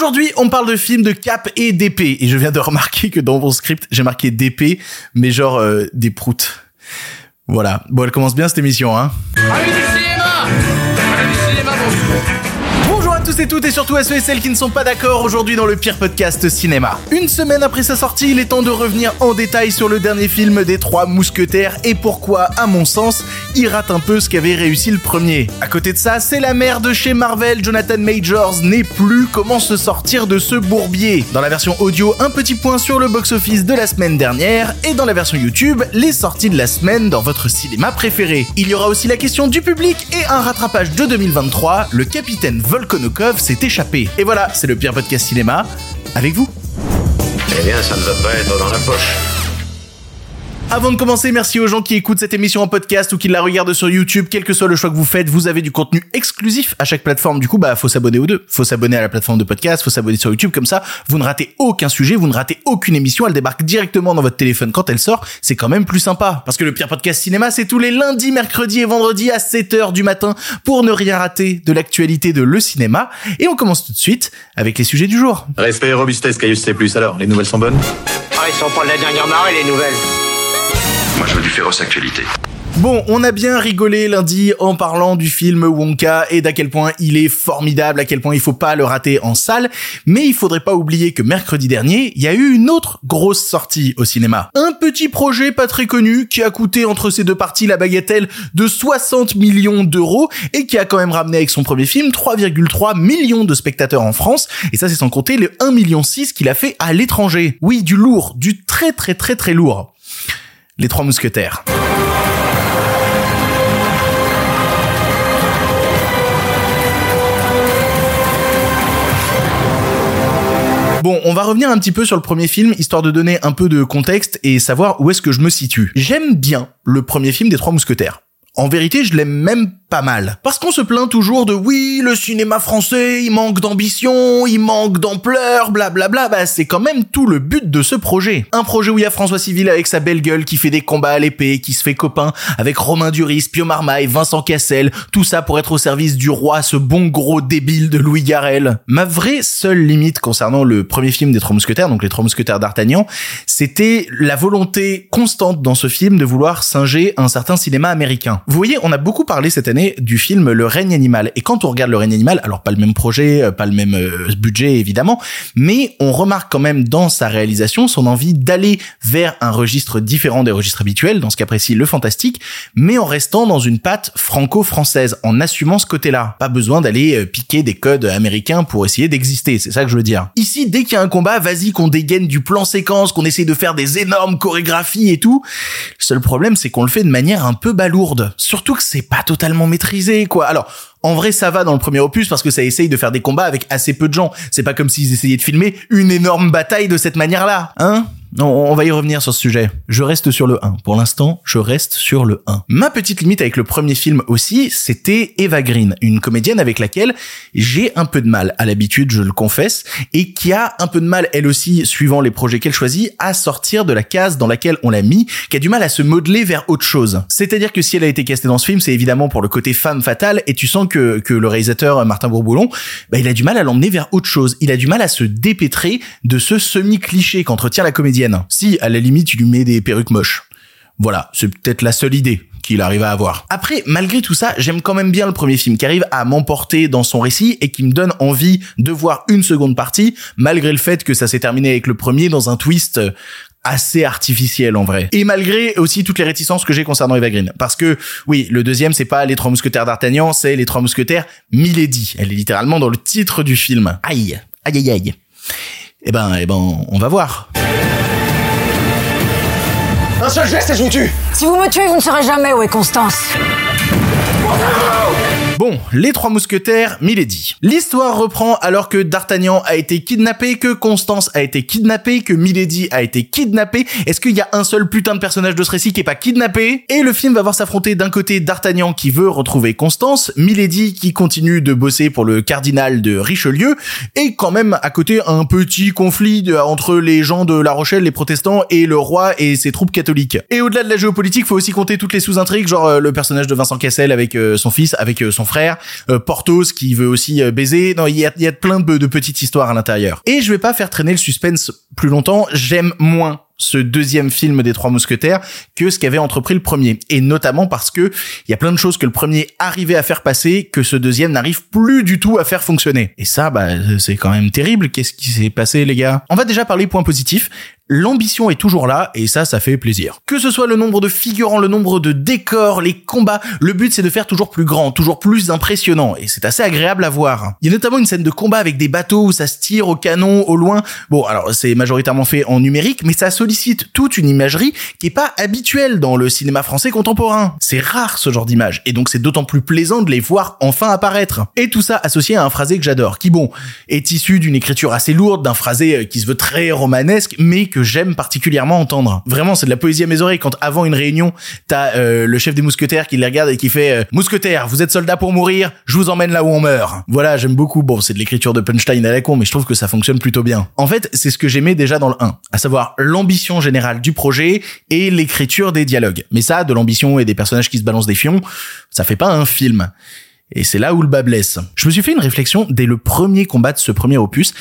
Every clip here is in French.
Aujourd'hui, on parle de films de cap et d'épée. Et je viens de remarquer que dans mon script, j'ai marqué d'épée, mais genre des proutes. Voilà. Bon, elle commence bien cette émission, hein. Allez du cinéma! Allez du cinéma, Bonjour à tous et toutes, et surtout à ceux et celles qui ne sont pas d'accord aujourd'hui dans le pire podcast cinéma. Une semaine après sa sortie, il est temps de revenir en détail sur le dernier film des Trois Mousquetaires et pourquoi, à mon sens, il rate un peu ce qu'avait réussi le premier. À côté de ça, c'est la merde chez Marvel, Jonathan Majors n'est plus, comment se sortir de ce bourbier. Dans la version audio, un petit point sur le box-office de la semaine dernière, et dans la version YouTube, les sorties de la semaine dans votre cinéma préféré. Il y aura aussi la question du public et un rattrapage de 2023, le capitaine Volkonokov s'est échappé. Et voilà, c'est le pire podcast cinéma, avec vous. Eh bien, ça ne va pas être dans la poche. Avant de commencer, merci aux gens qui écoutent cette émission en podcast ou qui la regardent sur YouTube. Quel que soit le choix que vous faites, vous avez du contenu exclusif à chaque plateforme. Du coup, faut s'abonner aux deux. Faut s'abonner à la plateforme de podcast, faut s'abonner sur YouTube. Comme ça, vous ne ratez aucun sujet, vous ne ratez aucune émission. Elle débarque directement dans votre téléphone quand elle sort. C'est quand même plus sympa. Parce que le pire podcast cinéma, c'est tous les lundis, mercredis et vendredis à 7h du matin pour ne rien rater de l'actualité de le cinéma. Et on commence tout de suite avec les sujets du jour. Respect et robustesse, Caius C+. Alors, les nouvelles sont bonnes? Ah, ils sont pas de la dernière marée, les nouvelles. Moi, je veux du féroce actualité. Bon, on a bien rigolé lundi en parlant du film Wonka et d'à quel point il est formidable, à quel point il faut pas le rater en salle, mais il faudrait pas oublier que mercredi dernier, il y a eu une autre grosse sortie au cinéma. Un petit projet pas très connu qui a coûté entre ces deux parties la bagatelle de 60 millions d'euros et qui a quand même ramené avec son premier film 3,3 millions de spectateurs en France, et ça c'est sans compter le 1,6 million qu'il a fait à l'étranger. Oui, du lourd, du très très très très lourd. Les Trois Mousquetaires. Bon, on va revenir un petit peu sur le premier film, histoire de donner un peu de contexte et savoir où est-ce que je me situe. J'aime bien le premier film des Trois Mousquetaires. En vérité, je l'aime même pas mal. Parce qu'on se plaint toujours de oui, le cinéma français, il manque d'ambition, il manque d'ampleur, blablabla. Bah, c'est quand même tout le but de ce projet. Un projet où il y a François Civil avec sa belle gueule qui fait des combats à l'épée, qui se fait copain avec Romain Duris, Pio Marmaille, Vincent Cassel, tout ça pour être au service du roi, ce bon gros débile de Louis Garrel. Ma vraie seule limite concernant le premier film des Trois Mousquetaires, donc les Trois Mousquetaires d'Artagnan, c'était la volonté constante dans ce film de vouloir singer un certain cinéma américain. Vous voyez, on a beaucoup parlé cette année du film Le Règne Animal. Et quand on regarde Le Règne Animal, alors pas le même projet, pas le même budget évidemment, mais on remarque quand même dans sa réalisation son envie d'aller vers un registre différent des registres habituels, dans ce qu'apprécie le fantastique, mais en restant dans une patte franco-française, en assumant ce côté-là. Pas besoin d'aller piquer des codes américains pour essayer d'exister, c'est ça que je veux dire. Ici, dès qu'il y a un combat, vas-y qu'on dégaine du plan séquence, qu'on essaye de faire des énormes chorégraphies et tout. Le seul problème, c'est qu'on le fait de manière un peu balourde. Surtout que c'est pas totalement maîtrisé, quoi. Alors, en vrai, ça va dans le premier opus parce que ça essaye de faire des combats avec assez peu de gens. C'est pas comme s'ils essayaient de filmer une énorme bataille de cette manière-là, hein? Non, on va y revenir sur ce sujet. Je reste sur le 1. Pour l'instant, je reste sur le 1. Ma petite limite avec le premier film aussi, c'était Eva Green, une comédienne avec laquelle j'ai un peu de mal à l'habitude, je le confesse, et qui a un peu de mal, elle aussi, suivant les projets qu'elle choisit, à sortir de la case dans laquelle on l'a mis, qui a du mal à se modeler vers autre chose. C'est-à-dire que si elle a été castée dans ce film, c'est évidemment pour le côté femme fatale, et tu sens que le réalisateur Martin Bourboulon, il a du mal à l'emmener vers autre chose. Il a du mal à se dépêtrer de ce semi-cliché qu'entretient la comédienne. Si, à la limite, il lui met des perruques moches. Voilà, c'est peut-être la seule idée qu'il arrive à avoir. Après, malgré tout ça, j'aime quand même bien le premier film qui arrive à m'emporter dans son récit et qui me donne envie de voir une seconde partie, malgré le fait que ça s'est terminé avec le premier dans un twist assez artificiel en vrai. Et malgré aussi toutes les réticences que j'ai concernant Eva Green. Parce que, oui, le deuxième, c'est pas les Trois Mousquetaires d'Artagnan, c'est les Trois Mousquetaires Milady. Elle est littéralement dans le titre du film. Aïe, aïe, aïe, aïe. Eh ben, on va voir. Un seul geste et je vous tue. Si vous me tuez, vous ne saurez jamais où est Constance. Bon, les Trois Mousquetaires, Milady. L'histoire reprend alors que D'Artagnan a été kidnappé, que Constance a été kidnappée, que Milady a été kidnappée. Est-ce qu'il y a un seul putain de personnage de ce récit qui est pas kidnappé? Et le film va voir s'affronter d'un côté D'Artagnan qui veut retrouver Constance, Milady qui continue de bosser pour le cardinal de Richelieu, et quand même à côté un petit conflit entre les gens de La Rochelle, les protestants, et le roi et ses troupes catholiques. Et au-delà de la géopolitique, faut aussi compter toutes les sous-intrigues, genre le personnage de Vincent Cassel avec son fils, avec son son frère, Porthos qui veut aussi baiser. Non, il y a plein de petites histoires à l'intérieur. Et je vais pas faire traîner le suspense plus longtemps, j'aime moins ce deuxième film des Trois Mousquetaires que ce qu'avait entrepris le premier. Et notamment parce que il y a plein de choses que le premier arrivait à faire passer que ce deuxième n'arrive plus du tout à faire fonctionner. Et ça, c'est quand même terrible. Qu'est-ce qui s'est passé, les gars? On va déjà parler points positifs. L'ambition est toujours là, et ça fait plaisir. Que ce soit le nombre de figurants, le nombre de décors, les combats, le but c'est de faire toujours plus grand, toujours plus impressionnant, et c'est assez agréable à voir. Il y a notamment une scène de combat avec des bateaux où ça se tire au canon, au loin. Bon, alors c'est majoritairement fait en numérique, mais ça sollicite toute une imagerie qui est pas habituelle dans le cinéma français contemporain. C'est rare ce genre d'image, et donc c'est d'autant plus plaisant de les voir enfin apparaître. Et tout ça associé à un phrasé que j'adore, qui est issu d'une écriture assez lourde, d'un phrasé qui se veut très romanesque, mais que j'aime particulièrement entendre. Vraiment, c'est de la poésie à mes oreilles quand avant une réunion, t'as le chef des mousquetaires qui les regarde et qui fait mousquetaires, vous êtes soldats pour mourir, je vous emmène là où on meurt. Voilà, j'aime beaucoup. Bon, c'est de l'écriture de punchline à la con, mais je trouve que ça fonctionne plutôt bien. En fait, c'est ce que j'aimais déjà dans le 1, à savoir l'ambition générale du projet et l'écriture des dialogues. Mais ça, de l'ambition et des personnages qui se balancent des fions, ça fait pas un film. Et c'est là où le bas blesse. Je me suis fait une réflexion dès le premier combat de ce premier opus,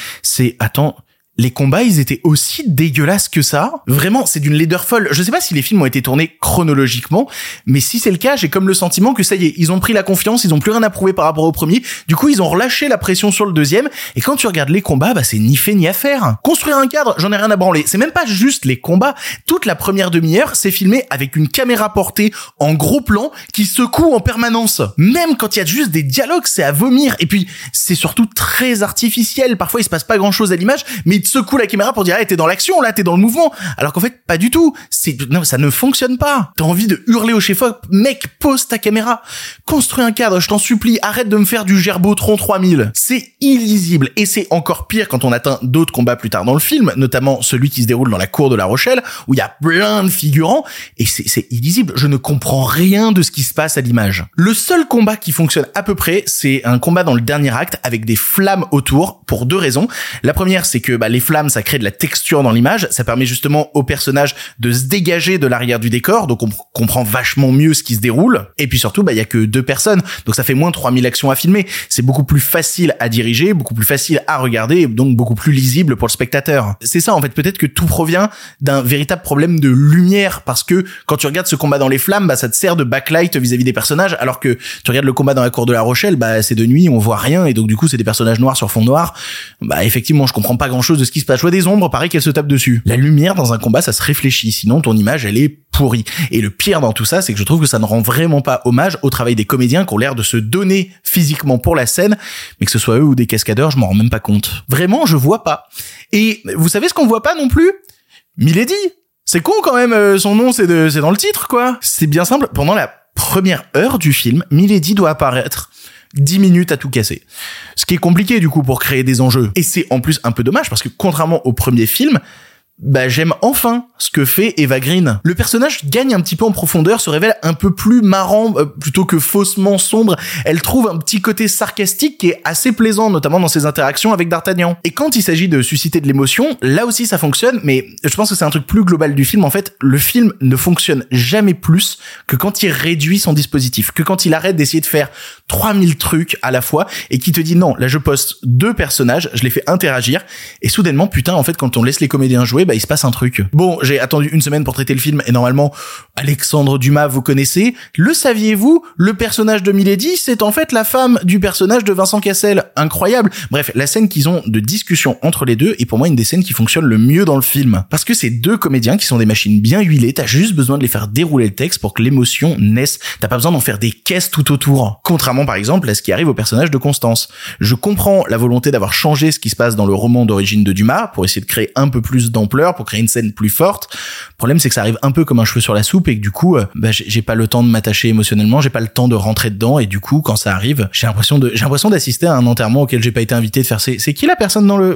les combats, ils étaient aussi dégueulasses que ça. Vraiment, c'est d'une laideur folle. Je sais pas si les films ont été tournés chronologiquement, mais si c'est le cas, j'ai comme le sentiment que ça y est, ils ont pris la confiance, ils ont plus rien à prouver par rapport au premier. Du coup, ils ont relâché la pression sur le deuxième. Et quand tu regardes les combats, c'est ni fait ni à faire. Construire un cadre, j'en ai rien à branler. C'est même pas juste les combats. Toute la première demi-heure, c'est filmé avec une caméra portée en gros plan qui secoue en permanence. Même quand il y a juste des dialogues, c'est à vomir. Et puis, c'est surtout très artificiel. Parfois, il se passe pas grand-chose à l'image, mais il te secoue la caméra pour dire t'es dans l'action, là t'es dans le mouvement, alors qu'en fait pas du tout. Non, ça ne fonctionne pas. T'as envie de hurler au chef-op, mec, pose ta caméra, construis un cadre, je t'en supplie, arrête de me faire du Gerbotron 3000. C'est illisible, et c'est encore pire quand on atteint d'autres combats plus tard dans le film, notamment celui qui se déroule dans la cour de La Rochelle, où il y a plein de figurants, et c'est illisible. Je ne comprends rien de ce qui se passe à l'image. Le seul combat qui fonctionne à peu près, c'est un combat dans le dernier acte avec des flammes autour, pour deux raisons. La première, c'est que les flammes, ça crée de la texture dans l'image, ça permet justement au personnage de se dégager de l'arrière du décor, donc on comprend vachement mieux ce qui se déroule. Et puis surtout, il y a que 2 personnes, donc ça fait moins 3000 actions à filmer. C'est beaucoup plus facile à diriger, beaucoup plus facile à regarder, et donc beaucoup plus lisible pour le spectateur. C'est ça, en fait, peut-être que tout provient d'un véritable problème de lumière, parce que quand tu regardes ce combat dans les flammes, ça te sert de backlight vis-à-vis des personnages, alors que tu regardes le combat dans la cour de La Rochelle, c'est de nuit, on voit rien, et donc du coup c'est des personnages noirs sur fond noir. Effectivement, je comprends pas grand-chose de ce qui se passe. Je vois des ombres, pareil qu'elles se tapent dessus. La lumière dans un combat, ça se réfléchit, sinon ton image, elle est pourrie. Et le pire dans tout ça, c'est que je trouve que ça ne rend vraiment pas hommage au travail des comédiens qui ont l'air de se donner physiquement pour la scène, mais que ce soit eux ou des cascadeurs, je m'en rends même pas compte. Vraiment, je vois pas. Et vous savez ce qu'on voit pas non plus? Milady. C'est con quand même, son nom c'est dans le titre, quoi. C'est bien simple, pendant la première heure du film, Milady doit apparaître 10 minutes à tout casser. Ce qui est compliqué du coup pour créer des enjeux. Et c'est en plus un peu dommage parce que contrairement au premier film, j'aime enfin ce que fait Eva Green. Le personnage gagne un petit peu en profondeur, se révèle un peu plus marrant plutôt que faussement sombre. Elle trouve un petit côté sarcastique qui est assez plaisant, notamment dans ses interactions avec D'Artagnan. Et quand il s'agit de susciter de l'émotion, là aussi ça fonctionne, mais je pense que c'est un truc plus global du film. En fait, le film ne fonctionne jamais plus que quand il réduit son dispositif, que quand il arrête d'essayer de faire 3000 trucs à la fois et qui te dit non, là je poste 2 personnages, je les fais interagir et soudainement, putain, en fait, quand on laisse les comédiens jouer, il se passe un truc. Bon, j'ai attendu 1 semaine pour traiter le film et normalement, Alexandre Dumas, vous connaissez. Le saviez-vous? Le personnage de Milady, c'est en fait la femme du personnage de Vincent Cassel. Incroyable. Bref, la scène qu'ils ont de discussion entre les deux est pour moi une des scènes qui fonctionne le mieux dans le film. Parce que c'est 2 comédiens qui sont des machines bien huilées, t'as juste besoin de les faire dérouler le texte pour que l'émotion naisse. T'as pas besoin d'en faire des caisses tout autour. Contrairement par exemple à ce qui arrive au personnage de Constance. Je comprends la volonté d'avoir changé ce qui se passe dans le roman d'origine de Dumas pour essayer de créer un peu plus d'ampleur, pour créer une scène plus forte. Le problème, c'est que ça arrive un peu comme un cheveu sur la soupe et que du coup, j'ai pas le temps de m'attacher émotionnellement, j'ai pas le temps de rentrer dedans et du coup, quand ça arrive, j'ai l'impression d'assister à un enterrement auquel j'ai pas été invité, de faire c'est qui la personne dans le...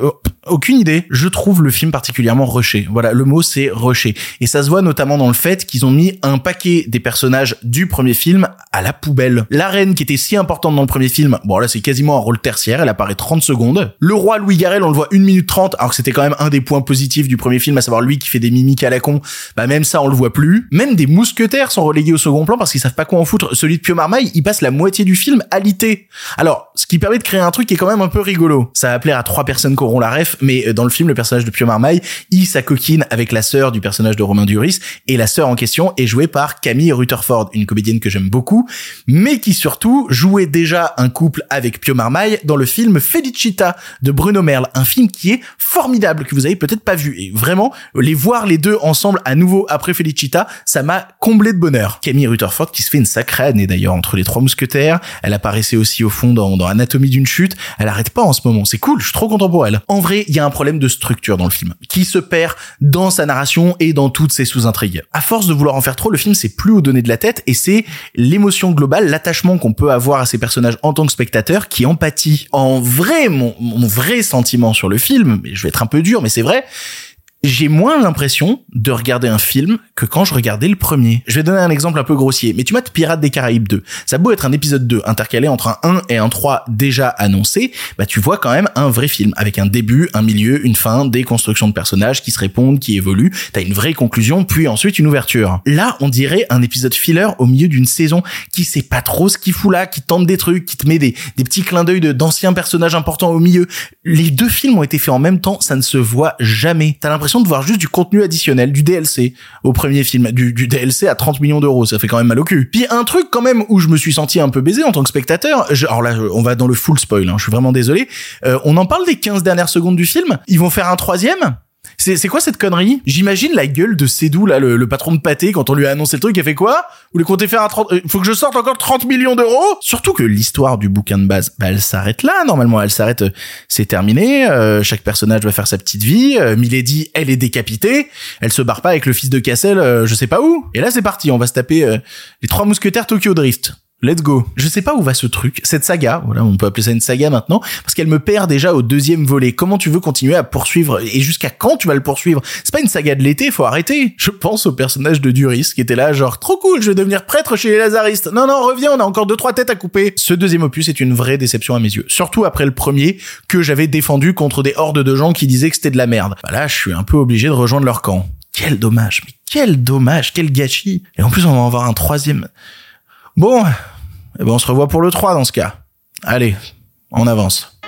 Aucune idée. Je trouve le film particulièrement rushé. Voilà, le mot c'est rushé. Et ça se voit notamment dans le fait qu'ils ont mis un paquet des personnages du premier film à la poubelle. La reine qui était si importante dans le premier film, bon là c'est quasiment un rôle tertiaire, elle apparaît 30 secondes. Le roi Louis Garrel, on le voit 1 minute 30, alors que c'était quand même un des points positifs du premier film, à savoir lui qui fait des mimiques à la con. Bah même ça on le voit plus. Même des mousquetaires sont relégués au second plan parce qu'ils savent pas quoi en foutre. Celui de Pio Marmaille, il passe la moitié du film alité. Alors, ce qui permet de créer un truc qui est quand même un peu rigolo. Ça va plaire à 3 personnes qui auront la ref, mais dans le film, le personnage de Pio Marmaille, il s'acoquine avec la sœur du personnage de Romain Duris, et la sœur en question est jouée par Camille Rutherford, une comédienne que j'aime beaucoup, mais qui surtout jouait déjà un couple avec Pio Marmaille dans le film Felicita de Bruno Merle, un film qui est formidable, que vous avez peut-être pas vu, et vraiment, les voir les deux ensemble à nouveau après Felicita, ça m'a comblé de bonheur. Camille Rutherford qui se fait une sacrée année d'ailleurs entre les 3 mousquetaires, elle apparaissait aussi au fond dans Anatomie d'une chute, elle arrête pas en ce moment, c'est cool, je suis trop content pour elle. En vrai, il y a un problème de structure dans le film, qui se perd dans sa narration et dans toutes ses sous-intrigues. À force de vouloir en faire trop, le film c'est plus au donné de la tête, et c'est l'émotion globale, l'attachement qu'on peut avoir à ces personnages en tant que spectateur qui empathie. En vrai, mon vrai sentiment sur le film, je vais être un peu dur, mais c'est vrai, j'ai moins l'impression de regarder un film que quand je regardais le premier. Je vais donner un exemple un peu grossier, mais tu mates Pirates des Caraïbes 2. Ça a beau être un épisode 2 intercalé entre un 1 et un 3 déjà annoncé, bah tu vois quand même un vrai film, avec un début, un milieu, une fin, des constructions de personnages qui se répondent, qui évoluent, t'as une vraie conclusion, puis ensuite une ouverture. Là, on dirait un épisode filler au milieu d'une saison qui sait pas trop ce qu'il fout là, qui tente des trucs, qui te met des petits clins d'œil d'anciens personnages importants au milieu. Les 2 films ont été faits en même temps, ça ne se voit jamais. T'as l'impression de voir juste du contenu additionnel, du DLC au premier film, du DLC à 30 millions d'euros, ça fait quand même mal au cul. Puis un truc quand même où je me suis senti un peu baisé en tant que spectateur, alors là on va dans le full spoil, je suis vraiment désolé, on en parle des 15 dernières secondes du film, ils vont faire un 3e. C'est quoi cette connerie? J'imagine la gueule de Sédou, là, le patron de Pâté, quand on lui a annoncé le truc, il a fait quoi? Vous voulez compter faire un 30, faut que je sorte encore 30 millions d'euros? Surtout que l'histoire du bouquin de base, bah, elle s'arrête là, normalement, elle s'arrête, c'est terminé, chaque personnage va faire sa petite vie, Milady, elle est décapitée, elle se barre pas avec le fils de Cassel, je sais pas où. Et là, c'est parti, on va se taper, les 3 mousquetaires Tokyo Drift. Let's go. Je sais pas où va ce truc, cette saga, voilà, on peut appeler ça une saga maintenant, parce qu'elle me perd déjà au 2e volet. Comment tu veux continuer à poursuivre, et jusqu'à quand tu vas le poursuivre? C'est pas une saga de l'été, faut arrêter. Je pense au personnage de Duris, qui était là, genre, trop cool, je vais devenir prêtre chez les Lazaristes. Non, reviens, on a encore 2-3 têtes à couper. Ce 2e opus est une vraie déception à mes yeux. Surtout après le premier, que j'avais défendu contre des hordes de gens qui disaient que c'était de la merde. Bah là, je suis un peu obligé de rejoindre leur camp. Quel dommage, mais quel dommage, quel gâchis. Et en plus, on va en avoir un 3e. Bon, eh ben on se revoit pour le 3 dans ce cas. Allez, on avance.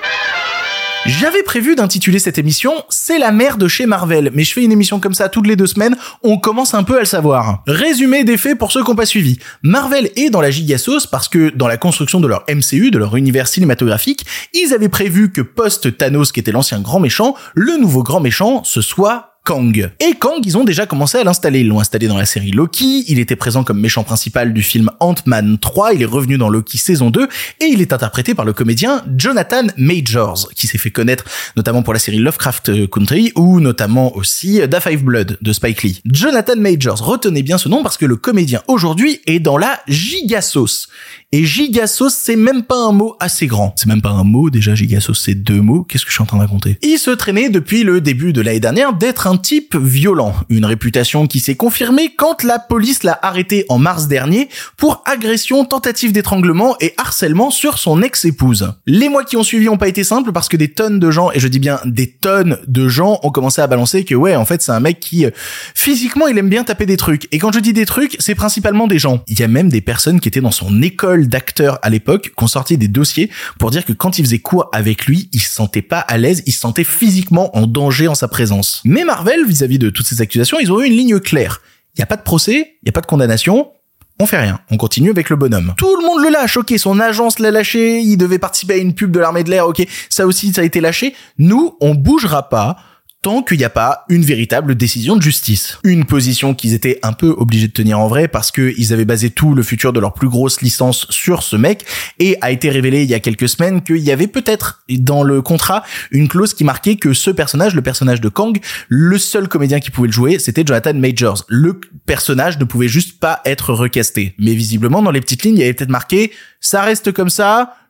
J'avais prévu d'intituler cette émission « C'est la merde chez Marvel », mais je fais une émission comme ça toutes les 2 semaines, on commence un peu à le savoir. Résumé des faits pour ceux qui n'ont pas suivi. Marvel est dans la gigasauce parce que dans la construction de leur MCU, de leur univers cinématographique, ils avaient prévu que post-Thanos, qui était l'ancien grand méchant, le nouveau grand méchant, ce soit Kang. Et Kang, ils ont déjà commencé à l'installer. Ils l'ont installé dans la série Loki, il était présent comme méchant principal du film Ant-Man 3, il est revenu dans Loki saison 2, et il est interprété par le comédien Jonathan Majors, qui s'est fait connaître notamment pour la série Lovecraft Country, ou notamment aussi Da 5 Blood de Spike Lee. Jonathan Majors, retenez bien ce nom parce que le comédien aujourd'hui est dans la gigasauce. Et gigasauce, c'est même pas un mot assez grand. C'est même pas un mot, déjà gigasauce, c'est 2 mots. Qu'est-ce que je suis en train de raconter? Il se traînait depuis le début de l'année dernière d'être un type violent. Une réputation qui s'est confirmée quand la police l'a arrêté en mars dernier pour agression, tentative d'étranglement et harcèlement sur son ex-épouse. Les mois qui ont suivi ont pas été simples parce que des tonnes de gens, et je dis bien des tonnes de gens, ont commencé à balancer que ouais, en fait, c'est un mec qui, physiquement, il aime bien taper des trucs. Et quand je dis des trucs, c'est principalement des gens. Il y a même des personnes qui étaient dans son école d'acteurs à l'époque, qui ont sorti des dossiers pour dire que quand il faisait cours avec lui, il se sentait pas à l'aise, il se sentait physiquement en danger en sa présence. Mais Marvel, vis-à-vis de toutes ces accusations, ils ont eu une ligne claire. Il y a pas de procès, il y a pas de condamnation, on fait rien, on continue avec le bonhomme. Tout le monde le lâche, ok, son agence l'a lâché, il devait participer à une pub de l'armée de l'air, ok, ça aussi, ça a été lâché. Nous, on bougera pas tant qu'il n'y a pas une véritable décision de justice. Une position qu'ils étaient un peu obligés de tenir en vrai parce que ils avaient basé tout le futur de leur plus grosse licence sur ce mec, et a été révélé il y a quelques semaines qu'il y avait peut-être dans le contrat une clause qui marquait que ce personnage, le personnage de Kang, le seul comédien qui pouvait le jouer, c'était Jonathan Majors. Le personnage ne pouvait juste pas être recasté. Mais visiblement, dans les petites lignes, il y avait peut-être marqué « ça reste comme ça »,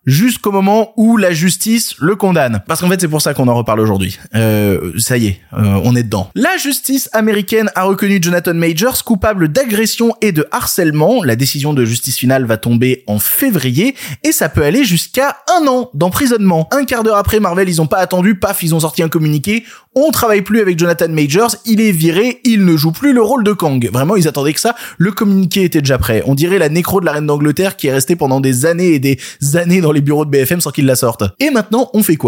jusqu'au moment où la justice le condamne. Parce qu'en fait, c'est pour ça qu'on en reparle aujourd'hui. Ça y est, on est dedans. La justice américaine a reconnu Jonathan Majors coupable d'agression et de harcèlement. La décision de justice finale va tomber en février et ça peut aller jusqu'à 1 an d'emprisonnement. Un quart d'heure après, Marvel, ils ont pas attendu, paf, ils ont sorti un communiqué. On travaille plus avec Jonathan Majors, il est viré, il ne joue plus le rôle de Kang. Vraiment, ils attendaient que ça. Le communiqué était déjà prêt. On dirait la nécro de la reine d'Angleterre qui est restée pendant des années et des années dans les bureaux de BFM sans qu'ils la sortent. Et maintenant, on fait quoi ?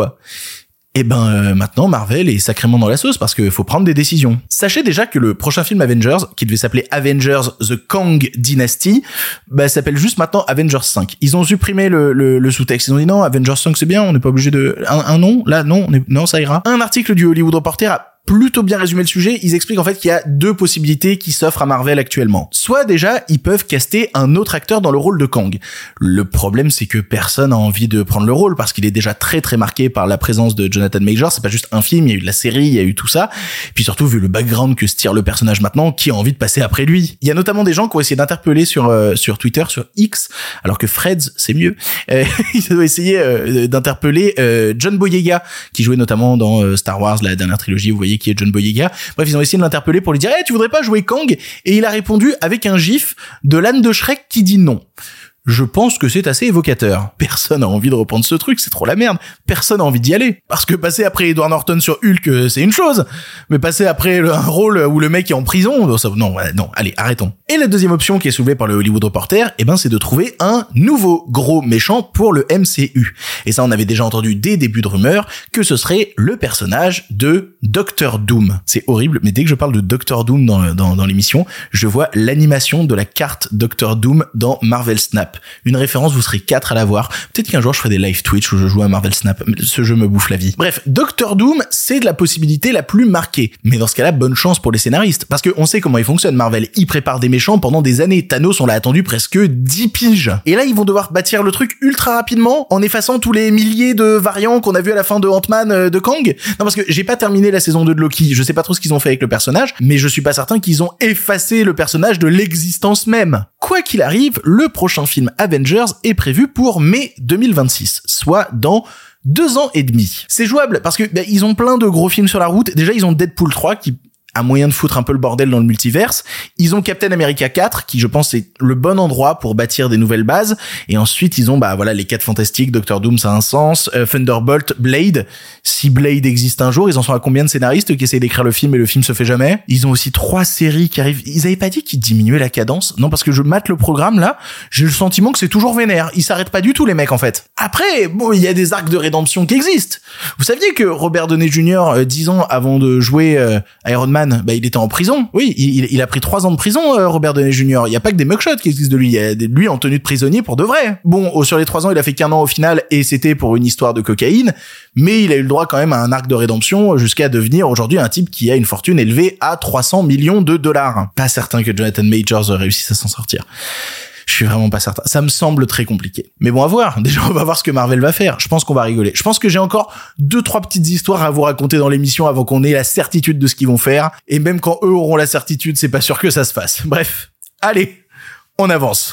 Maintenant, Marvel est sacrément dans la sauce parce qu'il faut prendre des décisions. Sachez déjà que le prochain film Avengers, qui devait s'appeler Avengers The Kang Dynasty, s'appelle juste maintenant Avengers 5. Ils ont supprimé le sous-texte. Ils ont dit non, Avengers 5 c'est bien, on n'est pas obligé de... Un nom, là, non, ça ira. Un article du Hollywood Reporter a plutôt bien résumé le sujet. Ils expliquent en fait qu'il y a 2 possibilités qui s'offrent à Marvel actuellement. Soit déjà, ils peuvent caster un autre acteur dans le rôle de Kang. Le problème, c'est que personne a envie de prendre le rôle parce qu'il est déjà très très marqué par la présence de Jonathan Majors. C'est pas juste un film, il y a eu de la série, il y a eu tout ça. Puis surtout, vu le background que se tire le personnage maintenant, qui a envie de passer après lui? Il y a notamment des gens qui ont essayé d'interpeller sur Twitter, sur X, alors que Freds, c'est mieux. Ils ont essayé d'interpeller John Boyega, qui jouait notamment dans Star Wars, la dernière trilogie, vous voyez, qui est John Boyega. Bref, ils ont essayé de l'interpeller pour lui dire « Hey, tu voudrais pas jouer Kang ?» Et il a répondu avec un gif de l'âne de Shrek qui dit non. Je pense que c'est assez évocateur. Personne a envie de reprendre ce truc, c'est trop la merde. Personne a envie d'y aller. Parce que passer après Edward Norton sur Hulk, c'est une chose. Mais passer après un rôle où le mec est en prison, non, allez, arrêtons. Et la deuxième option qui est soulevée par le Hollywood Reporter, c'est de trouver un nouveau gros méchant pour le MCU. Et ça, on avait déjà entendu dès début de rumeurs que ce serait le personnage de Doctor Doom. C'est horrible, mais dès que je parle de Doctor Doom dans l'émission, je vois l'animation de la carte Doctor Doom dans Marvel Snap. Une référence, vous serez 4 à la voir. Peut-être qu'un jour je ferai des live Twitch où je joue à Marvel Snap. Ce jeu me bouffe la vie. Bref, Doctor Doom, c'est de la possibilité la plus marquée. Mais dans ce cas-là, bonne chance pour les scénaristes. Parce que on sait comment ils fonctionnent, Marvel. Ils préparent des méchants pendant des années. Thanos, on l'a attendu presque 10 piges. Et là, ils vont devoir bâtir le truc ultra rapidement en effaçant tous les milliers de variants qu'on a vu à la fin de Ant-Man de Kang. Non, parce que j'ai pas terminé la saison 2 de Loki. Je sais pas trop ce qu'ils ont fait avec le personnage, mais je suis pas certain qu'ils ont effacé le personnage de l'existence même. Quoi qu'il arrive, le prochain film Avengers est prévu pour mai 2026, soit dans 2 ans et demi. C'est jouable parce que ils ont plein de gros films sur la route. Déjà, ils ont Deadpool 3 qui a moyen de foutre un peu le bordel dans le multiverse. Ils ont Captain America 4 qui, je pense, est le bon endroit pour bâtir des nouvelles bases. Et ensuite, ils ont les 4 fantastiques, Doctor Doom, ça a un sens, Thunderbolt, Blade. Si Blade existe un jour, ils en sont à combien de scénaristes qui essayent d'écrire le film et le film se fait jamais? Ils ont aussi 3 séries qui arrivent. Ils avaient pas dit qu'ils diminuaient la cadence? Non, parce que je mate le programme là, j'ai le sentiment que c'est toujours vénère. Ils s'arrêtent pas du tout, les mecs, en fait. Après, il y a des arcs de rédemption qui existent. Vous saviez que Robert Downey Jr., 10 ans avant de jouer Iron Man, il était en prison. Oui, il a pris 3 ans de prison, Robert Downey Jr. Il y a pas que des mugshots qui existent de lui. Il y a lui en tenue de prisonnier pour de vrai. Bon, sur les 3 ans, il a fait qu'1 an au final et c'était pour une histoire de cocaïne. Mais il a eu le droit quand même à un arc de rédemption jusqu'à devenir aujourd'hui un type qui a une fortune élevée à 300 millions de dollars. Pas certain que Jonathan Majors réussisse à s'en sortir. Je suis vraiment pas certain. Ça me semble très compliqué. Mais bon, à voir. Déjà, on va voir ce que Marvel va faire. Je pense qu'on va rigoler. Je pense que j'ai encore 2-3 petites histoires à vous raconter dans l'émission avant qu'on ait la certitude de ce qu'ils vont faire. Et même quand eux auront la certitude, c'est pas sûr que ça se fasse. Bref. Allez. On avance.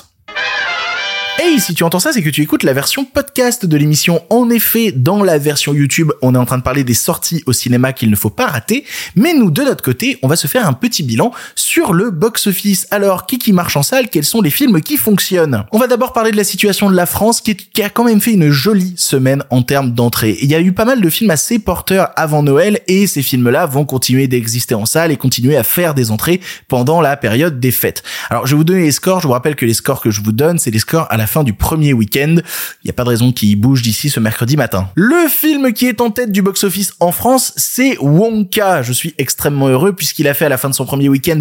Hey, si tu entends ça, c'est que tu écoutes la version podcast de l'émission. En effet, dans la version YouTube, on est en train de parler des sorties au cinéma qu'il ne faut pas rater. Mais nous, de notre côté, on va se faire un petit bilan sur le box-office. Alors, qui marche en salle? Quels sont les films qui fonctionnent? On va d'abord parler de la situation de la France, qui a quand même fait une jolie semaine en termes d'entrée. Il y a eu pas mal de films assez porteurs avant Noël, et ces films-là vont continuer d'exister en salle et continuer à faire des entrées pendant la période des fêtes. Alors, je vais vous donner les scores. Je vous rappelle que les scores que je vous donne, c'est les scores à la fin du premier week-end. Il n'y a pas de raison qu'il bouge d'ici ce mercredi matin. Le film qui est en tête du box-office en France, c'est Wonka. Je suis extrêmement heureux puisqu'il a fait à la fin de son premier week-end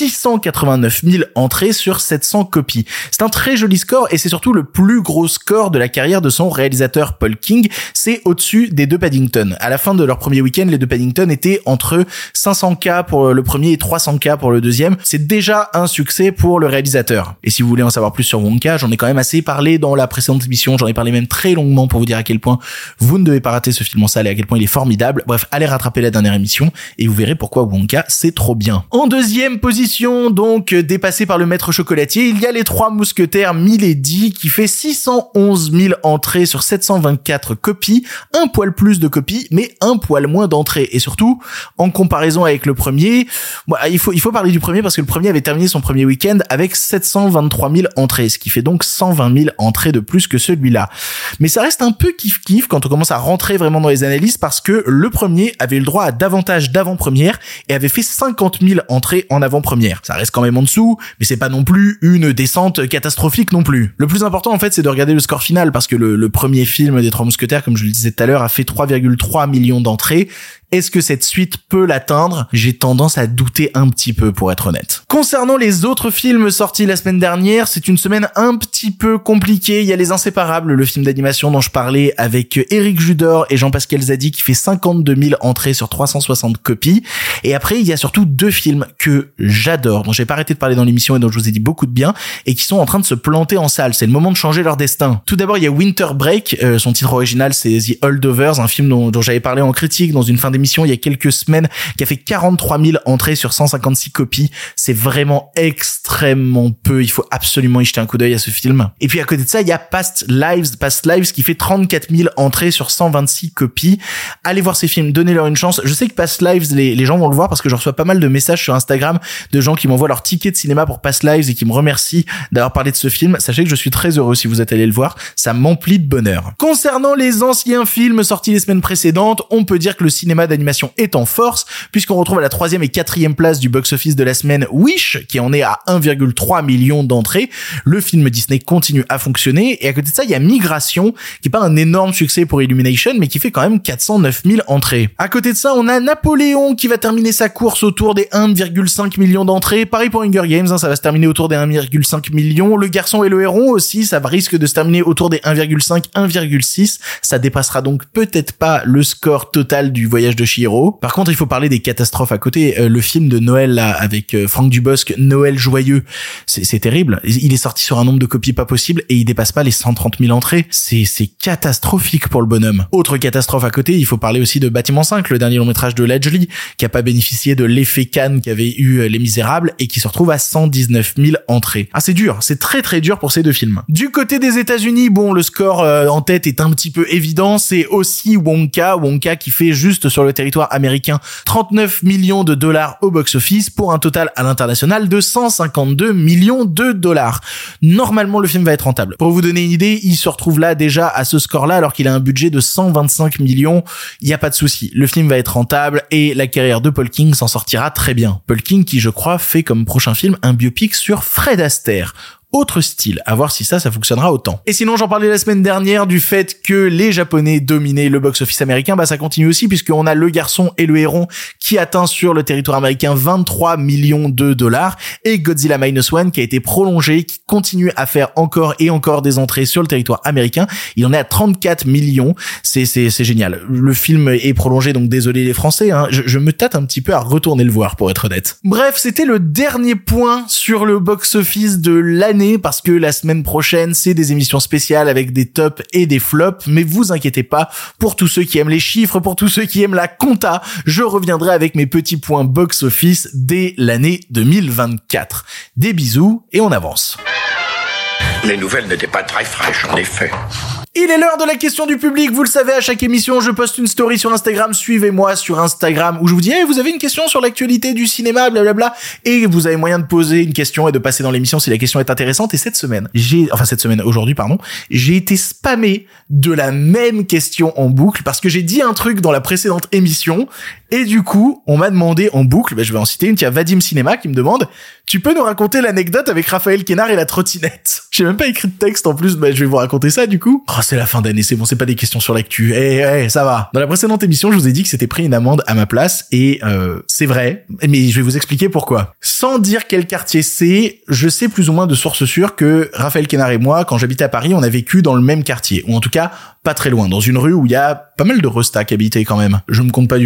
689 000 entrées sur 700 copies. C'est un très joli score et c'est surtout le plus gros score de la carrière de son réalisateur Paul King. C'est au-dessus des 2 Paddington. À la fin de leur premier week-end, les 2 Paddington étaient entre 500K pour le premier et 300K pour le deuxième. C'est déjà un succès pour le réalisateur. Et si vous voulez en savoir plus sur Wonka, j'en ai quand même assez assez parlé dans la précédente émission, j'en ai parlé même très longuement pour vous dire à quel point vous ne devez pas rater ce film en salle et à quel point il est formidable. Bref, allez rattraper la dernière émission et vous verrez pourquoi Wonka c'est trop bien. En deuxième position, donc dépassé par le maître chocolatier, il y a les Trois Mousquetaires Milady qui fait 611 000 entrées sur 724 copies, un poil plus de copies mais un poil moins d'entrées, et surtout en comparaison avec le premier, il faut parler du premier parce que le premier avait terminé son premier week-end avec 723 000 entrées, ce qui fait donc 120 000 entrées de plus que celui-là. Mais ça reste un peu kiff-kiff quand on commence à rentrer vraiment dans les analyses, parce que le premier avait eu le droit à davantage d'avant-première et avait fait 50 000 entrées en avant-première. Ça reste quand même en dessous, mais c'est pas non plus une descente catastrophique non plus. Le plus important en fait, c'est de regarder le score final, parce que le premier film des Trois Mousquetaires, comme je le disais tout à l'heure, a fait 3,3 millions d'entrées. Est-ce que cette suite peut l'atteindre? J'ai tendance à douter un petit peu, pour être honnête. Concernant les autres films sortis la semaine dernière, c'est une semaine un petit peu compliquée. Il y a Les Inséparables, le film d'animation dont je parlais avec Éric Judor et Jean-Pascal Zadi, qui fait 52 000 entrées sur 360 copies. Et après, il y a surtout deux films que j'adore, dont j'ai pas arrêté de parler dans l'émission et dont je vous ai dit beaucoup de bien, et qui sont en train de se planter en salle. C'est le moment de changer leur destin. Tout d'abord, il y a Winter Break. Son titre original, c'est The Holdovers, un film dont j'avais parlé en critique dans une fin d'émission il y a quelques semaines, qui a fait 43 000 entrées sur 156 copies. C'est vraiment extrêmement peu. Il faut absolument y jeter un coup d'œil à ce film. Et puis à côté de ça, il y a Past Lives qui fait 34 000 entrées sur 126 copies. Allez voir ces films, donnez-leur une chance. Je sais que Past Lives, les gens vont le voir parce que je reçois pas mal de messages sur Instagram de gens qui m'envoient leur ticket de cinéma pour Past Lives et qui me remercient d'avoir parlé de ce film. Sachez que je suis très heureux si vous êtes allé le voir. Ça m'emplit de bonheur. Concernant les anciens films sortis les semaines précédentes, on peut dire que le cinéma d'animation est en force, puisqu'on retrouve à la 3e et 4e place du box-office de la semaine Wish, qui en est à 1,3 million d'entrées. Le film Disney continue à fonctionner, et à côté de ça, il y a Migration, qui est pas un énorme succès pour Illumination, mais qui fait quand même 409 000 entrées. À côté de ça, on a Napoléon, qui va terminer sa course autour des 1,5 million d'entrées. Pareil pour Hunger Games, ça va se terminer autour des 1,5 million. Le Garçon et le Héron aussi, ça risque de se terminer autour des 1,5, 1,6. Ça dépassera donc peut-être pas le score total du Voyage de Chihiro. Par contre, il faut parler des catastrophes à côté. Le film de Noël là, avec Franck Dubosc, Noël joyeux, c'est terrible. Il est sorti sur un nombre de copies pas possible et il dépasse pas les 130 000 entrées. C'est catastrophique pour le bonhomme. Autre catastrophe à côté, il faut parler aussi de Bâtiment 5, le dernier long métrage de Ledgely, qui a pas bénéficié de l'effet Cannes qu'avait eu Les Misérables et qui se retrouve à 119 000 entrées. Ah, c'est dur, c'est très très dur pour ces deux films. Du côté des États-Unis, bon, le score en tête est un petit peu évident, c'est aussi Wonka qui fait juste sur le territoire américain 39 millions de dollars au box-office pour un total à l'international de 152 millions de dollars. Normalement, le film va être rentable. Pour vous donner une idée, il se retrouve là déjà à ce score-là alors qu'il a un budget de 125 millions. Il y a pas de souci. Le film va être rentable et la carrière de Paul King s'en sortira très bien. Paul King qui, je crois, fait comme prochain film un biopic sur Fred Astaire. Autre style, à voir si ça fonctionnera autant. Et sinon, j'en parlais la semaine dernière du fait que les Japonais dominaient le box-office américain, ça continue aussi puisqu'on a Le Garçon et le Héron qui atteint sur le territoire américain 23 millions de dollars et Godzilla Minus One qui a été prolongé, qui continue à faire encore et encore des entrées sur le territoire américain. Il en est à 34 millions. C'est génial. Le film est prolongé, donc désolé les Français, hein. Je me tâte un petit peu à retourner le voir pour être honnête. Bref, c'était le dernier point sur le box-office de l'année, parce que la semaine prochaine, c'est des émissions spéciales avec des tops et des flops, mais vous inquiétez pas, pour tous ceux qui aiment les chiffres, pour tous ceux qui aiment la compta, je reviendrai avec mes petits points box-office dès l'année 2024. Des bisous et on avance. Les nouvelles n'étaient pas très fraîches, en effet. Il est l'heure de la question du public. Vous le savez, à chaque émission, je poste une story sur Instagram. Suivez-moi sur Instagram où je vous dis, vous avez une question sur l'actualité du cinéma, blablabla. Et vous avez moyen de poser une question et de passer dans l'émission si la question est intéressante. Et aujourd'hui, j'ai été spammé de la même question en boucle parce que j'ai dit un truc dans la précédente émission. Et du coup, on m'a demandé en boucle, je vais en citer une, il y a Vadim Cinéma qui me demande, tu peux nous raconter l'anecdote avec Raphaël Quénard et la trottinette? J'ai même pas écrit de texte en plus, je vais vous raconter ça du coup. Oh, c'est la fin d'année, c'est bon, c'est pas des questions sur l'actu. Ça va. Dans la précédente émission, je vous ai dit que c'était pris une amende à ma place et c'est vrai, mais je vais vous expliquer pourquoi. Sans dire quel quartier c'est, je sais plus ou moins de sources sûres que Raphaël Quénard et moi, quand j'habitais à Paris, on a vécu dans le même quartier, ou en tout cas pas très loin, dans une rue où il y a pas mal de restas qui habitaient quand même. Je me compte pas du tout comme une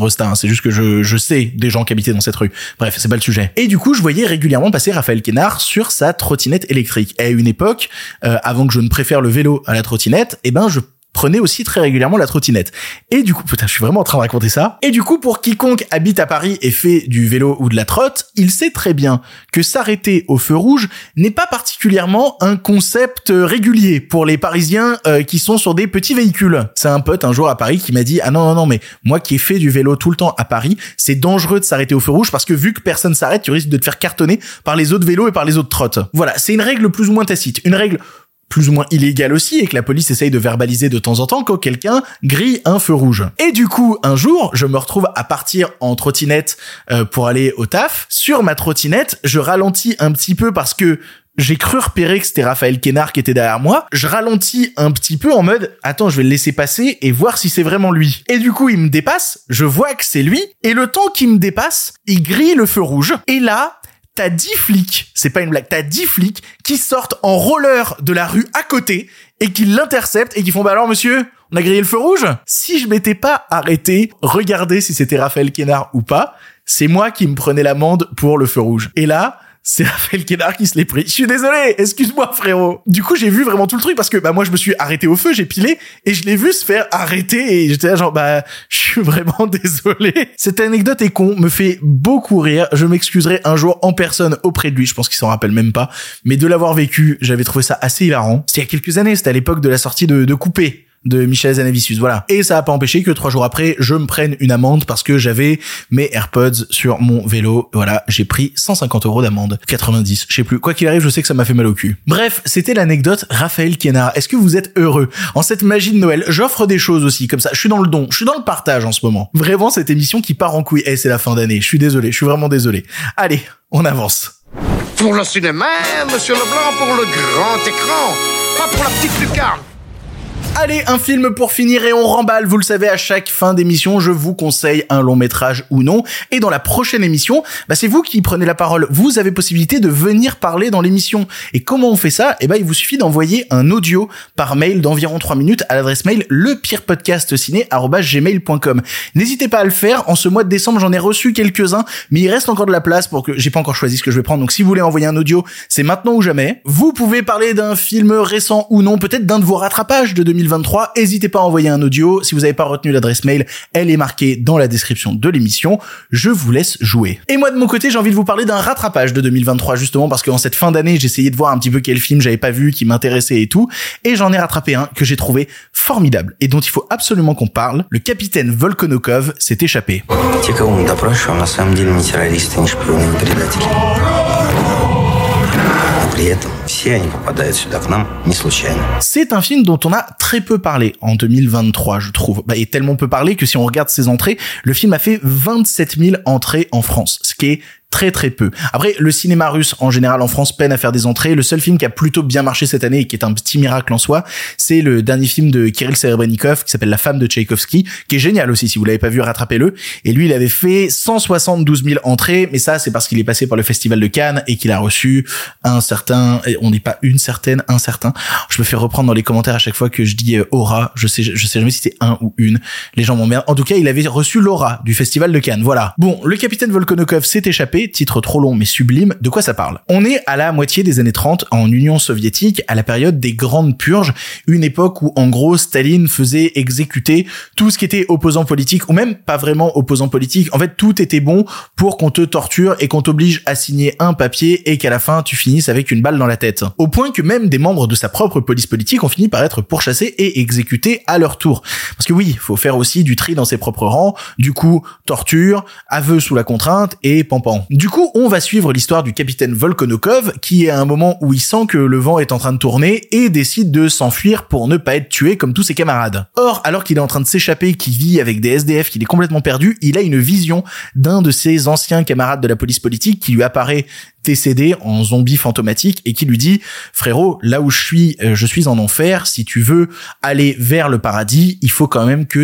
Aosta, hein. C'est juste que je sais des gens qui habitaient dans cette rue. Bref, c'est pas le sujet. Et du coup, je voyais régulièrement passer Raphaël Quénard sur sa trottinette électrique. Et à une époque, avant que je ne préfère le vélo à la trottinette, je prenais aussi très régulièrement la trottinette. Et du coup, putain, je suis vraiment en train de raconter ça. Et du coup, pour quiconque habite à Paris et fait du vélo ou de la trotte, il sait très bien que s'arrêter au feu rouge n'est pas particulièrement un concept régulier pour les Parisiens qui sont sur des petits véhicules. C'est un pote un jour à Paris qui m'a dit « Ah non, mais moi qui ai fait du vélo tout le temps à Paris, c'est dangereux de s'arrêter au feu rouge parce que vu que personne s'arrête, tu risques de te faire cartonner par les autres vélos et par les autres trottes. » Voilà, c'est une règle plus ou moins tacite. Une règle plus ou moins illégal aussi, et que la police essaye de verbaliser de temps en temps quand quelqu'un grille un feu rouge. Et du coup, un jour, je me retrouve à partir en trottinette pour aller au taf. Sur ma trottinette, je ralentis un petit peu parce que j'ai cru repérer que c'était Raphaël Quénard qui était derrière moi. Je ralentis un petit peu en mode « Attends, je vais le laisser passer et voir si c'est vraiment lui. » Et du coup, il me dépasse, je vois que c'est lui, et le temps qu'il me dépasse, il grille le feu rouge. Et là, t'as 10 flics, c'est pas une blague, t'as 10 flics qui sortent en roller de la rue à côté et qui l'interceptent et qui font « Bah alors monsieur, on a grillé le feu rouge ?» Si je m'étais pas arrêté, regardez si c'était Raphaël Quénard ou pas, c'est moi qui me prenais l'amende pour le feu rouge. Et là, c'est Raphaël Quénard qui se l'est pris. Je suis désolé, excuse-moi frérot. Du coup, j'ai vu vraiment tout le truc parce que moi je me suis arrêté au feu, j'ai pilé et je l'ai vu se faire arrêter et j'étais là genre je suis vraiment désolé. Cette anecdote est con, me fait beaucoup rire. Je m'excuserai un jour en personne auprès de lui, je pense qu'il s'en rappelle même pas, mais de l'avoir vécu, j'avais trouvé ça assez hilarant. C'était il y a quelques années, c'était à l'époque de la sortie de Coupé de Michel Hazanavicius, voilà. Et ça a pas empêché que 3 jours après, je me prenne une amende parce que j'avais mes AirPods sur mon vélo. Voilà, j'ai pris 150 € d'amende. 90, je sais plus. Quoi qu'il arrive, je sais que ça m'a fait mal au cul. Bref, c'était l'anecdote Raphaël Quénard. Est-ce que vous êtes heureux? En cette magie de Noël, j'offre des choses aussi, comme ça. Je suis dans le don, je suis dans le partage en ce moment. Vraiment, cette émission qui part en couille. C'est la fin d'année. Je suis désolé, je suis vraiment désolé. Allez, on avance. Pour le cinéma, monsieur Leblanc, pour le grand écran, pas pour la petite lucarne. Allez, un film pour finir et on remballe. Vous le savez, à chaque fin d'émission, je vous conseille un long métrage ou non. Et dans la prochaine émission, c'est vous qui prenez la parole. Vous avez possibilité de venir parler dans l'émission. Et comment on fait ça? Il vous suffit d'envoyer un audio par mail d'environ 3 minutes à l'adresse mail lepirepodcastciné@gmail.com. N'hésitez pas à le faire. En ce mois de décembre, j'en ai reçu quelques-uns, mais il reste encore de la place pour que j'ai pas encore choisi ce que je vais prendre. Donc si vous voulez envoyer un audio, c'est maintenant ou jamais. Vous pouvez parler d'un film récent ou non, peut-être d'un de vos rattrapages de 2023. N'hésitez pas à envoyer un audio. Si vous n'avez pas retenu l'adresse mail, elle est marquée dans la description de l'émission. Je vous laisse jouer. Et moi, de mon côté, j'ai envie de vous parler d'un rattrapage de 2023, justement, parce qu'en cette fin d'année, j'essayais de voir un petit peu quel film j'avais pas vu, qui m'intéressait et tout. Et j'en ai rattrapé un que j'ai trouvé formidable et dont il faut absolument qu'on parle. Le capitaine Volkonokov s'est échappé. C'est un film dont on a très peu parlé en 2023, je trouve. Et tellement peu parlé que si on regarde ses entrées, le film a fait 27 000 entrées en France, ce qui est très très peu. Après, le cinéma russe en général en France peine à faire des entrées. Le seul film qui a plutôt bien marché cette année et qui est un petit miracle en soi, c'est le dernier film de Kirill Serebrennikov qui s'appelle La femme de Tchaïkovski, qui est génial aussi. Si vous l'avez pas vu, rattrapez-le. Et lui, il avait fait 172 000 entrées, mais ça, c'est parce qu'il est passé par le Festival de Cannes et qu'il a reçu un certain, on n'est pas une certaine, un certain. Je me fais reprendre dans les commentaires à chaque fois que je dis aura. Je sais jamais si c'est un ou une. Les gens m'emmerdent. En tout cas, il avait reçu l'aura du Festival de Cannes. Voilà. Bon, le capitaine Volkonokov s'est échappé. Titre trop long mais sublime. De quoi ça parle? On est à la moitié des années 30 en Union soviétique, à la période des grandes purges, une époque où en gros Staline faisait exécuter tout ce qui était opposant politique, ou même pas vraiment opposant politique. En fait, tout était bon pour qu'on te torture et qu'on t'oblige à signer un papier et qu'à la fin tu finisses avec une balle dans la tête. Au point que même des membres de sa propre police politique ont fini par être pourchassés et exécutés à leur tour. Parce que oui, faut faire aussi du tri dans ses propres rangs. Du coup, torture, aveu sous la contrainte et pampan. Du coup, on va suivre l'histoire du capitaine Volkonokov qui est à un moment où il sent que le vent est en train de tourner et décide de s'enfuir pour ne pas être tué comme tous ses camarades. Or, alors qu'il est en train de s'échapper, qu'il vit avec des SDF, qu'il est complètement perdu, il a une vision d'un de ses anciens camarades de la police politique qui lui apparaît décédé en zombie fantomatique et qui lui dit « Frérot, là où je suis en enfer, si tu veux aller vers le paradis, il faut quand même que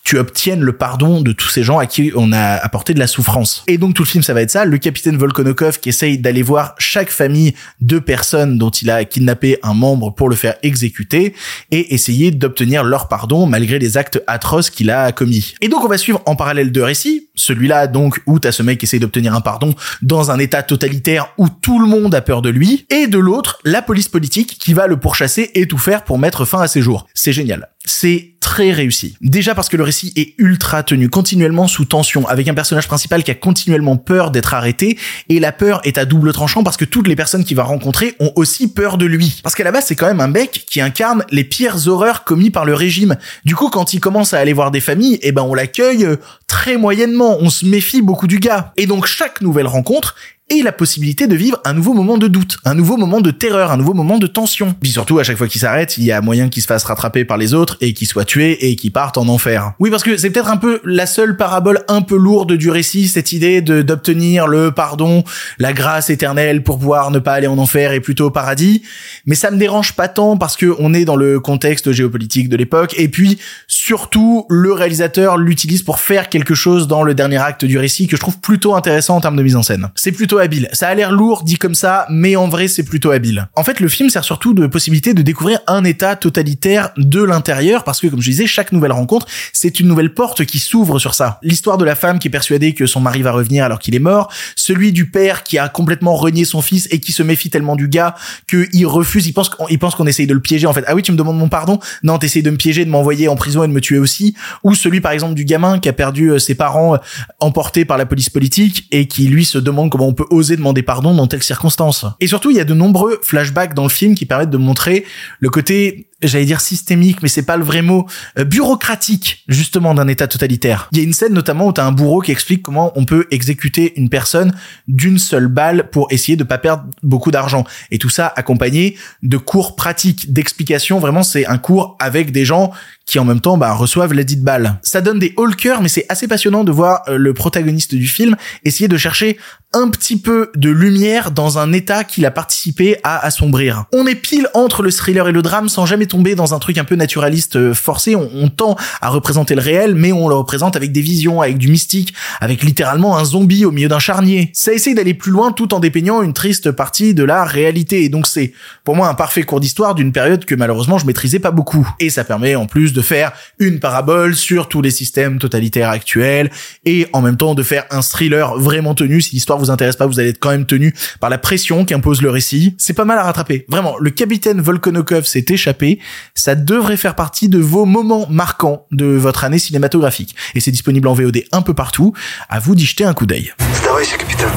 tu obtiennes le pardon de tous ces gens à qui on a apporté de la souffrance. Et donc tout le film, ça va être ça, le capitaine Volkonokov qui essaye d'aller voir chaque famille de personnes dont il a kidnappé un membre pour le faire exécuter et essayer d'obtenir leur pardon malgré les actes atroces qu'il a commis. Et donc on va suivre en parallèle deux récits, celui-là donc où t'as ce mec qui essaye d'obtenir un pardon dans un état totalitaire où tout le monde a peur de lui, et de l'autre, la police politique qui va le pourchasser et tout faire pour mettre fin à ses jours. C'est génial. C'est très réussi. Déjà parce que le récit est ultra tenu, continuellement sous tension, avec un personnage principal qui a continuellement peur d'être arrêté, et la peur est à double tranchant parce que toutes les personnes qu'il va rencontrer ont aussi peur de lui. Parce qu'à la base, c'est quand même un mec qui incarne les pires horreurs commises par le régime. Du coup, quand il commence à aller voir des familles, eh ben on l'accueille très moyennement, on se méfie beaucoup du gars. Et donc chaque nouvelle rencontre et la possibilité de vivre un nouveau moment de doute, un nouveau moment de terreur, un nouveau moment de tension. Puis surtout, à chaque fois qu'il s'arrête, il y a moyen qu'il se fasse rattraper par les autres et qu'il soit tué et qu'il parte en enfer. Oui, parce que c'est peut-être un peu la seule parabole un peu lourde du récit, cette idée d'obtenir le pardon, la grâce éternelle pour pouvoir ne pas aller en enfer et plutôt au paradis. Mais ça me dérange pas tant parce que on est dans le contexte géopolitique de l'époque, et puis surtout, le réalisateur l'utilise pour faire quelque chose dans le dernier acte du récit que je trouve plutôt intéressant en termes de mise en scène. C'est plutôt habile. Ça a l'air lourd dit comme ça, mais en vrai c'est plutôt habile. En fait, le film sert surtout de possibilité de découvrir un état totalitaire de l'intérieur, parce que comme je disais, chaque nouvelle rencontre, c'est une nouvelle porte qui s'ouvre sur ça. L'histoire de la femme qui est persuadée que son mari va revenir alors qu'il est mort, celui du père qui a complètement renié son fils et qui se méfie tellement du gars qu'il refuse, il pense qu'on essaye de le piéger en fait. Ah oui, tu me demandes mon pardon? Non, t'essayes de me piéger, de m'envoyer en prison et de me tuer aussi. Ou celui par exemple du gamin qui a perdu ses parents emportés par la police politique et qui lui se demande comment on peut oser demander pardon dans telles circonstances. Et surtout, il y a de nombreux flashbacks dans le film qui permettent de montrer le côté, j'allais dire systémique, mais c'est pas le vrai mot, bureaucratique, justement, d'un état totalitaire. Il y a une scène notamment où t'as un bourreau qui explique comment on peut exécuter une personne d'une seule balle pour essayer de pas perdre beaucoup d'argent. Et tout ça accompagné de cours pratiques, d'explications. Vraiment, c'est un cours avec des gens qui en même temps reçoivent la dite balle. Ça donne des haut le cœur, mais c'est assez passionnant de voir le protagoniste du film essayer de chercher un petit peu de lumière dans un état qu'il a participé à assombrir. On est pile entre le thriller et le drame sans jamais tomber dans un truc un peu naturaliste forcé. On tend à représenter le réel, mais on le représente avec des visions, avec du mystique, avec littéralement un zombie au milieu d'un charnier. Ça essaye d'aller plus loin tout en dépeignant une triste partie de la réalité. Et donc c'est pour moi un parfait cours d'histoire d'une période que malheureusement je maîtrisais pas beaucoup. Et ça permet en plus de faire une parabole sur tous les systèmes totalitaires actuels et en même temps de faire un thriller vraiment tenu. Si l'histoire vous intéresse pas, vous allez être quand même tenu par la pression qu'impose le récit. C'est pas mal à rattraper. Vraiment, le capitaine Volkonokov s'est échappé. Ça devrait faire partie de vos moments marquants de votre année cinématographique. Et c'est disponible en VOD un peu partout. À vous d'y jeter un coup d'œil. Сдавайся, капитан.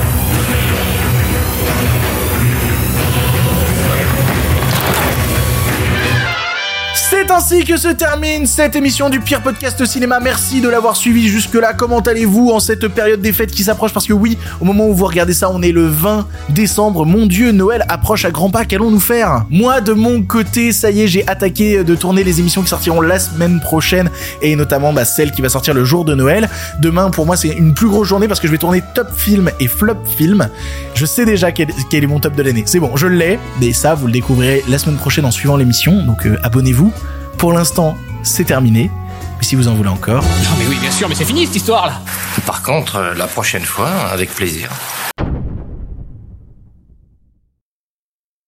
C'est ainsi que se termine cette émission du pire podcast cinéma. Merci de l'avoir suivi jusque-là. Comment allez-vous en cette période des fêtes qui s'approche? Parce que oui, au moment où vous regardez ça, on est le 20 décembre. Mon Dieu, Noël approche à grands pas. Qu'allons-nous faire? Moi, de mon côté, ça y est, j'ai attaqué de tourner les émissions qui sortiront la semaine prochaine et notamment celle qui va sortir le jour de Noël. Demain, pour moi, c'est une plus grosse journée parce que je vais tourner top film et flop film. Je sais déjà quel est mon top de l'année. C'est bon, je l'ai. Mais ça, vous le découvrirez la semaine prochaine en suivant l'émission. Donc, abonnez-vous. Pour l'instant, c'est terminé. Mais si vous en voulez encore... Non mais oui, bien sûr, mais c'est fini cette histoire-là. Par contre, la prochaine fois, avec plaisir.